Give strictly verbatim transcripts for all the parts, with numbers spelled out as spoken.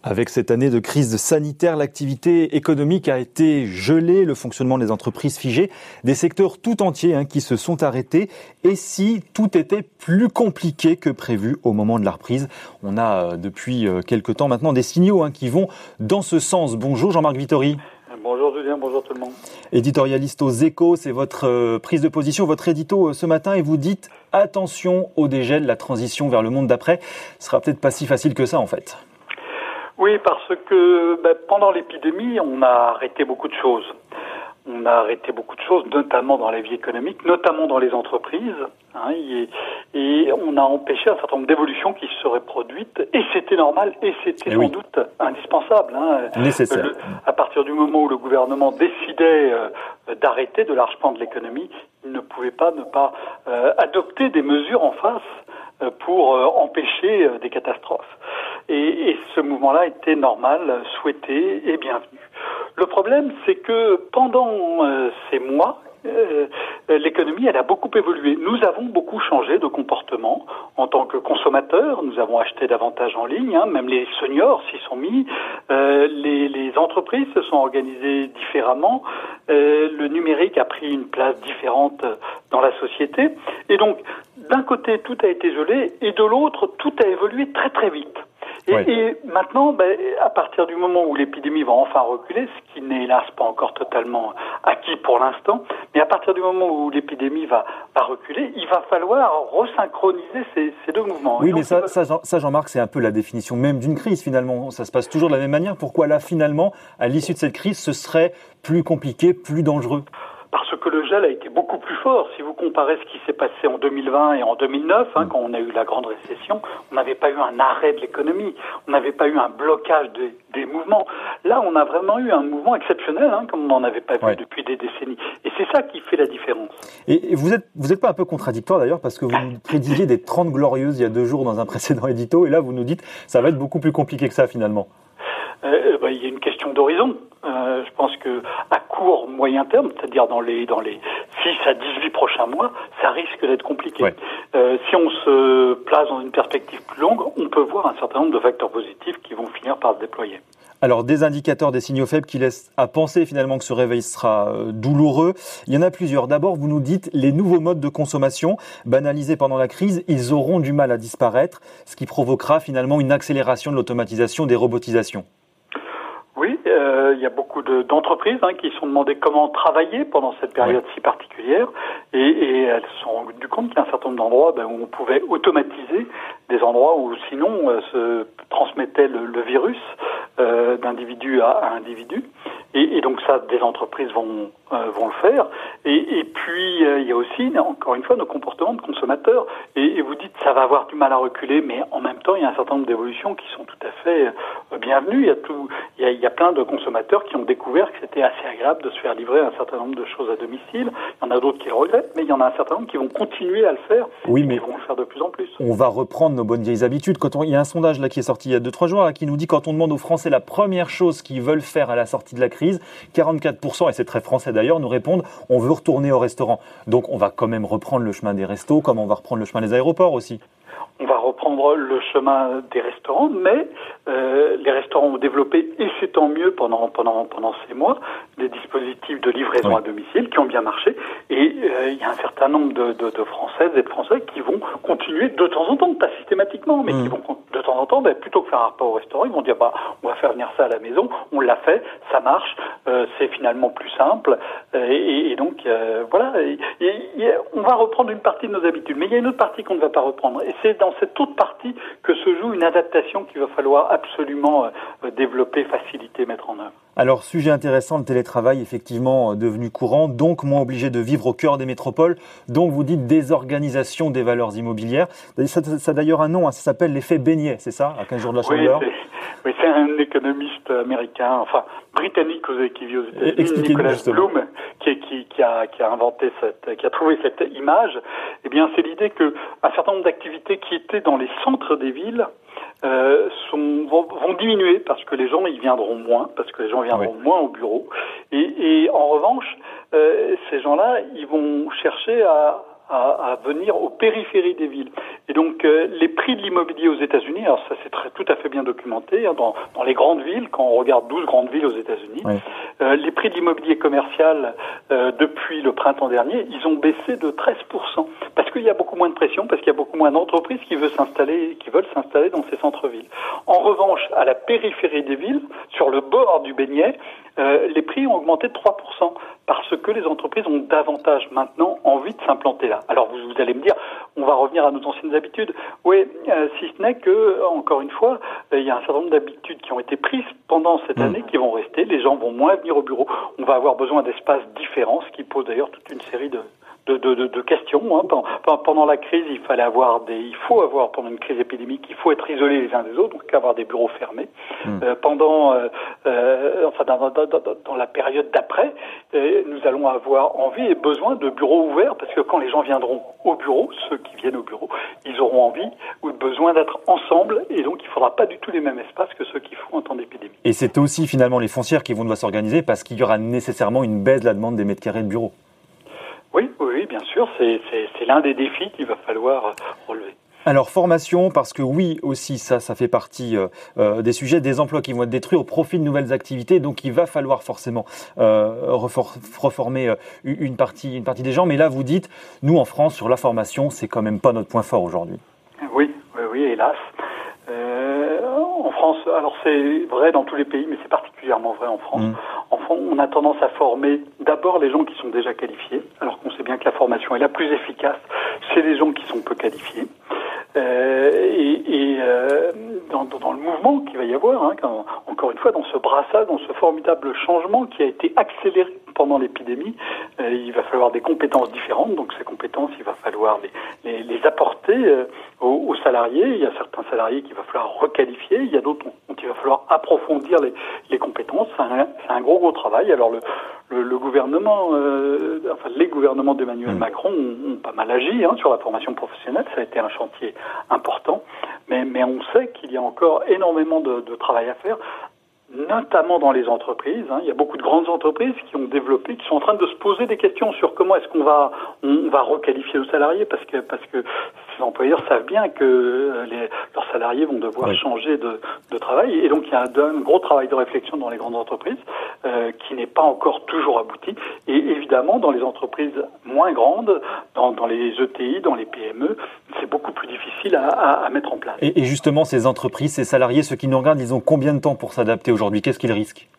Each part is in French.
Avec cette année de crise sanitaire, l'activité économique a été gelée, le fonctionnement des entreprises figé, des secteurs tout entiers hein, qui se sont arrêtés. Et si tout était plus compliqué que prévu au moment de la reprise? On a euh, depuis euh, quelque temps maintenant des signaux hein, qui vont dans ce sens. Bonjour Jean-Marc Vittori. Bonjour Julien, bonjour tout le monde. Éditorialiste aux Échos, c'est votre euh, prise de position, votre édito euh, ce matin et vous dites attention au dégel, la transition vers le monde d'après. Ce sera peut-être pas si facile que ça en fait. Oui, parce que ben, pendant l'épidémie, on a arrêté beaucoup de choses. On a arrêté beaucoup de choses, notamment dans la vie économique, notamment dans les entreprises, hein, et, et on a empêché un certain nombre d'évolutions qui se seraient produites, et c'était normal, et c'était et sans oui. doute indispensable. Hein. Nécessaire. Le, à partir du moment où le gouvernement décidait euh, d'arrêter de large pan de l'économie, il ne pouvait pas ne pas euh, adopter des mesures en face euh, pour euh, empêcher euh, des catastrophes. Et, et ce mouvement-là était normal, souhaité et bienvenu. Le problème, c'est que pendant euh, ces mois, euh, l'économie, elle a beaucoup évolué. Nous avons beaucoup changé de comportement en tant que consommateurs. Nous avons acheté davantage en ligne, hein, même les seniors s'y sont mis. Euh, les, les entreprises se sont organisées différemment. Euh, le numérique a pris une place différente dans la société. Et donc, d'un côté, tout a été gelé, et de l'autre, tout a évolué très très vite. Et, ouais. et maintenant, ben, à partir du moment où l'épidémie va enfin reculer, ce qui n'est hélas pas encore totalement acquis pour l'instant, mais à partir du moment où l'épidémie va, va reculer, il va falloir resynchroniser ces, ces deux mouvements. Oui, mais ça, ça, Jean, ça, Jean-Marc, c'est un peu la définition même d'une crise finalement. Ça se passe toujours de la même manière. Pourquoi là, finalement, à l'issue de cette crise, ce serait plus compliqué, plus dangereux ? Parce que le gel a été beaucoup plus fort. Si vous comparez ce qui s'est passé en deux mille vingt et en deux mille neuf, hein, quand on a eu la grande récession, on n'avait pas eu un arrêt de l'économie, on n'avait pas eu un blocage des, des mouvements. Là, on a vraiment eu un mouvement exceptionnel, hein, comme on n'en avait pas vu ouais. depuis des décennies. Et c'est ça qui fait la différence. Et vous êtes, vous êtes pas un peu contradictoire d'ailleurs, parce que vous nous prédisiez des trente glorieuses il y a deux jours dans un précédent édito, et là vous nous dites ça va être beaucoup plus compliqué que ça finalement. Euh, bah, il y a une question d'horizon. Euh, je pense que à court, moyen terme, c'est-à-dire dans les dans les six à dix-huit prochains mois, ça risque d'être compliqué. Ouais. Euh, si on se place dans une perspective plus longue, on peut voir un certain nombre de facteurs positifs qui vont finir par se déployer. Alors, des indicateurs, des signaux faibles qui laissent à penser finalement que ce réveil sera euh, douloureux. Il y en a plusieurs. D'abord, vous nous dites les nouveaux modes de consommation banalisés pendant la crise, ils auront du mal à disparaître, ce qui provoquera finalement une accélération de l'automatisation, des robotisations. Oui, euh, il y a beaucoup de, d'entreprises hein, qui se sont demandé comment travailler pendant cette période oui. si particulière, et, et elles se sont rendues compte qu'il y a un certain nombre d'endroits ben, où on pouvait automatiser des endroits où sinon euh, se transmettait le, le virus euh, d'individu à, à individu. Et, et donc ça, des entreprises vont euh, vont le faire. Et, et puis euh, il y a aussi, encore une fois, nos comportements de consommateurs. Et, et vous dites ça va avoir du mal à reculer, mais en même temps, il y a un certain nombre d'évolutions qui sont tout à fait euh, bienvenues. Il y a tout, il y a, il y a plein de consommateurs qui ont découvert que c'était assez agréable de se faire livrer un certain nombre de choses à domicile. Il y en a d'autres qui le regrettent, mais il y en a un certain nombre qui vont continuer à le faire. Oui, et mais qui vont le faire de plus en plus. On va reprendre nos bonnes vieilles habitudes. Quand on, il y a un sondage là qui est sorti il y a deux trois jours là, qui nous dit quand on demande aux Français la première chose qu'ils veulent faire à la sortie de la crise, quarante-quatre pour cent, et c'est très français d'ailleurs, nous répondent on veut retourner au restaurant. Donc on va quand même reprendre le chemin des restos, comme on va reprendre le chemin des aéroports aussi. On va reprendre le chemin des restaurants, mais euh, les restaurants ont développé, et c'est tant mieux pendant pendant pendant ces mois, des dispositifs de livraison oui. à domicile qui ont bien marché. Et euh, il y a un certain nombre de, de, de Françaises et de Français qui vont continuer de temps en temps, pas systématiquement, mais mmh. qui vont de temps en temps, ben, plutôt que faire un repas au restaurant, ils vont dire bah on va faire venir ça à la maison. On l'a fait, ça marche, euh, c'est finalement plus simple. Euh, et, et donc euh, voilà, et, et, et on va reprendre une partie de nos habitudes, mais il y a une autre partie qu'on ne va pas reprendre. Et c'est dans cette autre partie que se joue une adaptation qu'il va falloir absolument euh, développer, faciliter, mettre en œuvre. Alors, sujet intéressant, le télétravail, effectivement, devenu courant, donc moins obligé de vivre au cœur des métropoles. Donc, vous dites désorganisation des valeurs immobilières. Ça, ça, ça a d'ailleurs un nom, hein, ça s'appelle l'effet Beignet, c'est ça, à quinze jours de la Chandeleur? Oui, c'est, oui, c'est un économiste américain, enfin britannique aux qui aux États-Unis, Nicolas Bloom, qui, qui, qui, a, qui a inventé cette, qui a trouvé cette image. Eh bien, c'est l'idée que un certain nombre d'activités qui étaient dans les centres des villes Euh, sont, vont, vont diminuer parce que les gens y viendront moins, parce que les gens viendront oui. moins au bureau. Et, et en revanche, euh, ces gens-là, ils vont chercher à, à, à venir aux périphéries des villes. Et donc euh, les prix de l'immobilier aux États-Unis, alors ça c'est très, tout à fait bien documenté, hein, dans, dans les grandes villes, quand on regarde douze grandes villes aux États-Unis, oui. euh, les prix de l'immobilier commercial euh, depuis le printemps dernier, ils ont baissé de treize pour cent. Parce qu'il y a beaucoup moins de pression, parce qu'il y a beaucoup moins d'entreprises qui veulent s'installer, qui veulent s'installer dans ces centres-villes. En revanche, à la périphérie des villes, sur le bord du Beignet, euh, les prix ont augmenté de trois pour cent parce que les entreprises ont davantage maintenant envie de s'implanter là. Alors vous, vous allez me dire, on va revenir à nos anciennes habitudes. Oui, euh, si ce n'est que, encore une fois, il euh, y a un certain nombre d'habitudes qui ont été prises pendant cette mmh. année qui vont rester. Les gens vont moins venir au bureau. On va avoir besoin d'espaces différents, ce qui pose d'ailleurs toute une série de De, de, de, de questions. Hein. Pendant, pendant la crise, il fallait avoir des, il faut avoir pendant une crise épidémique, il faut être isolés les uns des autres, donc avoir des bureaux fermés. Mmh. Euh, pendant, euh, euh, enfin dans, dans, dans, dans la période d'après, euh, nous allons avoir envie et besoin de bureaux ouverts parce que quand les gens viendront au bureau, ceux qui viennent au bureau, ils auront envie ou besoin d'être ensemble et donc il ne faudra pas du tout les mêmes espaces que ceux qui font en temps d'épidémie. Et c'est aussi finalement les foncières qui vont devoir s'organiser parce qu'il y aura nécessairement une baisse de la demande des mètres carrés de bureaux. Oui, oui, bien sûr, c'est, c'est, c'est l'un des défis qu'il va falloir relever. Alors, formation, parce que oui, aussi, ça, ça fait partie euh, des sujets, des emplois qui vont être détruits au profit de nouvelles activités. Donc, il va falloir forcément euh, refor- reformer une partie, une partie des gens. Mais là, vous dites, nous, en France, sur la formation, c'est quand même pas notre point fort aujourd'hui. Oui, oui, oui, hélas. Euh, en France, alors c'est vrai dans tous les pays, mais c'est particulièrement vrai en France. Mmh. En France, on a tendance à former d'abord les gens qui sont déjà qualifiés, alors qu'on sait bien que la formation est la plus efficace chez les gens qui sont peu qualifiés. Euh, et et euh, dans, dans le mouvement qu'il va y avoir, hein, quand, encore une fois, dans ce brassage, dans ce formidable changement qui a été accéléré pendant l'épidémie, euh, il va falloir des compétences différentes. Donc ces compétences, il va falloir les, les, les apporter euh, aux, aux salariés. Il y a certains salariés qu'il va falloir requalifier. Il y a d'autres dont il va falloir approfondir les, les compétences. C'est un, c'est un gros, gros travail. Alors le, le, le gouvernement, euh, enfin les gouvernements d'Emmanuel mmh. Macron ont, ont pas mal agi hein, sur la formation professionnelle. Ça a été un chantier important. Mais, mais on sait qu'il y a encore énormément de, de travail à faire, notamment dans les entreprises. Hein. Il y a beaucoup de grandes entreprises qui ont développé, qui sont en train de se poser des questions sur comment est-ce qu'on va, on va requalifier nos salariés, parce que, parce que ces employeurs savent bien que les, leurs salariés vont devoir oui. changer de, de travail. Et donc, il y a un, un gros travail de réflexion dans les grandes entreprises euh, qui n'est pas encore toujours abouti. Et évidemment, dans les entreprises moins grandes, dans, dans les E T I, dans les P M E, c'est beaucoup plus difficile à, à, à mettre en place. Et, et justement, ces entreprises, ces salariés, ceux qui nous regardent, ils ont combien de temps pour s'adapter aujourd'hui? Qu'est-ce qu'ils risquent?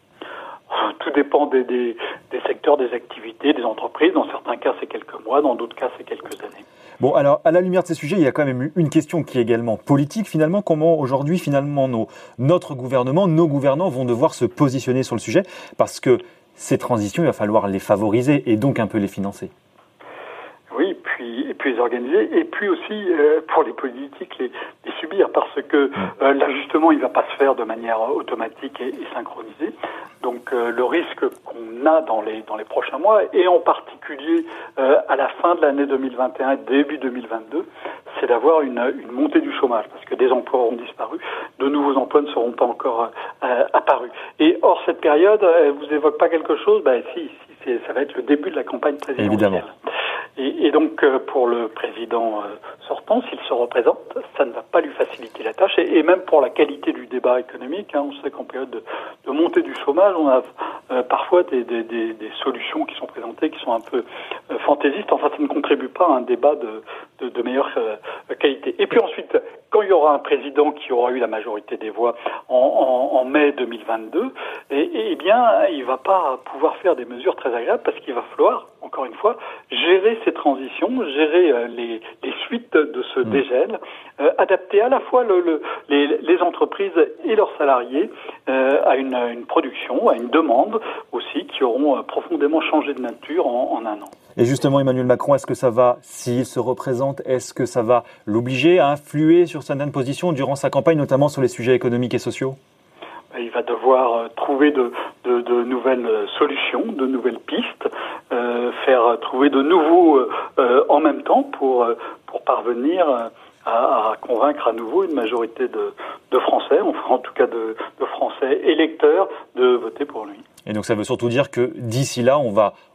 Tout dépend des, des, des secteurs, des activités, des entreprises. Dans certains cas, c'est quelques mois. Dans d'autres cas, c'est quelques années. Bon, alors, à la lumière de ces sujets, il y a quand même une question qui est également politique. Finalement, comment aujourd'hui, finalement, nos, notre gouvernement, nos gouvernants vont devoir se positionner sur le sujet? Parce que ces transitions, il va falloir les favoriser et donc un peu les financer. Oui, puis, et puis les organiser, et puis aussi euh, pour les politiques les, les subir, parce que euh, l'ajustement il ne va pas se faire de manière automatique et, et synchronisée. Donc euh, le risque qu'on a dans les dans les prochains mois, et en particulier euh, à la fin de l'année deux mille vingt et un, début deux mille vingt-deux, c'est d'avoir une, une montée du chômage, parce que des emplois auront disparu, de nouveaux emplois ne seront pas encore euh, apparus. Et hors cette période, elle vous évoque pas quelque chose? Ben si, si c'est, ça va être le début de la campagne présidentielle. Évidemment. Et, et donc, euh, pour le président euh, sortant, s'il se représente, ça ne va pas lui faciliter la tâche. Et, et même pour la qualité du débat économique, hein, on sait qu'en période de, de montée du chômage, on a euh, parfois des, des, des, des solutions qui sont présentées, qui sont un peu euh, fantaisistes. Enfin, ça ne contribue pas à un débat de, de, de meilleure euh, qualité. Et puis ensuite, quand il y aura un président qui aura eu la majorité des voix en, en, en mai deux mille vingt-deux, et, et, eh bien, il va pas pouvoir faire des mesures très agréables parce qu'il va falloir, encore une fois, gérer ces transitions, gérer euh, les, les suites de ce mmh. dégel, euh, adapter à la fois le, le, les, les entreprises et leurs salariés euh, à une, une production, à une demande aussi, qui auront euh, profondément changé de nature en, en un an. Et justement, Emmanuel Macron, est-ce que ça va, s'il se représente, est-ce que ça va l'obliger à influer sur certaines positions durant sa campagne, notamment sur les sujets économiques et sociaux ? Il va devoir trouver de, de, de nouvelles solutions, de nouvelles pistes, euh, faire trouver de nouveaux euh, en même temps pour, pour parvenir à, à convaincre à nouveau une majorité de, de Français, enfin en tout cas de, de Français électeurs, de voter pour lui. Et donc ça veut surtout dire que d'ici là, on va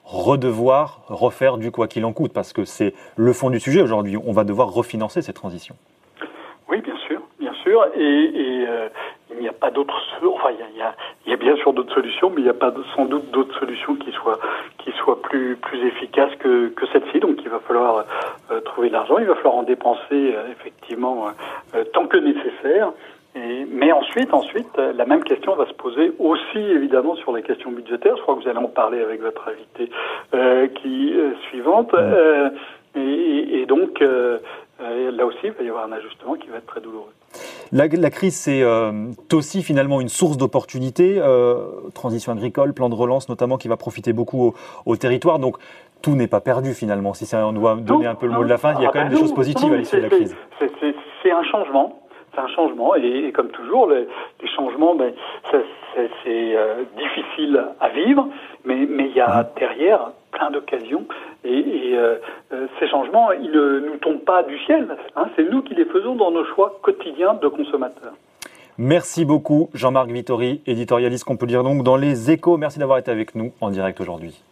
redevoir refaire du quoi qu'il en coûte, parce que c'est le fond du sujet aujourd'hui. On va devoir refinancer cette transition. Oui, bien sûr, bien sûr. Et, et euh, il n'y a pas d'autres. Enfin, il y a, il y a, il y a bien sûr d'autres solutions, mais il n'y a pas sans doute d'autres solutions qui soient qui soient plus plus efficaces que que celle-ci. Donc, il va falloir euh, trouver de l'argent. Il va falloir en dépenser euh, effectivement euh, tant que nécessaire. Et, mais ensuite, ensuite, la même question va se poser aussi évidemment sur les questions budgétaires. Je crois que vous allez en parler avec votre invité euh, qui euh, suivante. Euh, et, et donc euh, euh, là aussi, il va y avoir un ajustement qui va être très douloureux. La, la crise, c'est euh, aussi finalement une source d'opportunités. Euh, transition agricole, plan de relance notamment, qui va profiter beaucoup au, au territoire. Donc tout n'est pas perdu finalement. Si ça, on doit donner un peu le mot de la fin, il y a quand même des choses positives à l'issue de la crise. C'est, c'est, c'est un changement. C'est un changement et, et comme toujours, les, les changements, ben, ça, c'est, c'est euh, difficile à vivre, mais mais il y a derrière plein d'occasions et, et euh, ces changements, ils ne nous tombent pas du ciel. Hein, c'est nous qui les faisons dans nos choix quotidiens de consommateurs. Merci beaucoup Jean-Marc Vittori, éditorialiste qu'on peut lire donc dans Les Échos. Merci d'avoir été avec nous en direct aujourd'hui.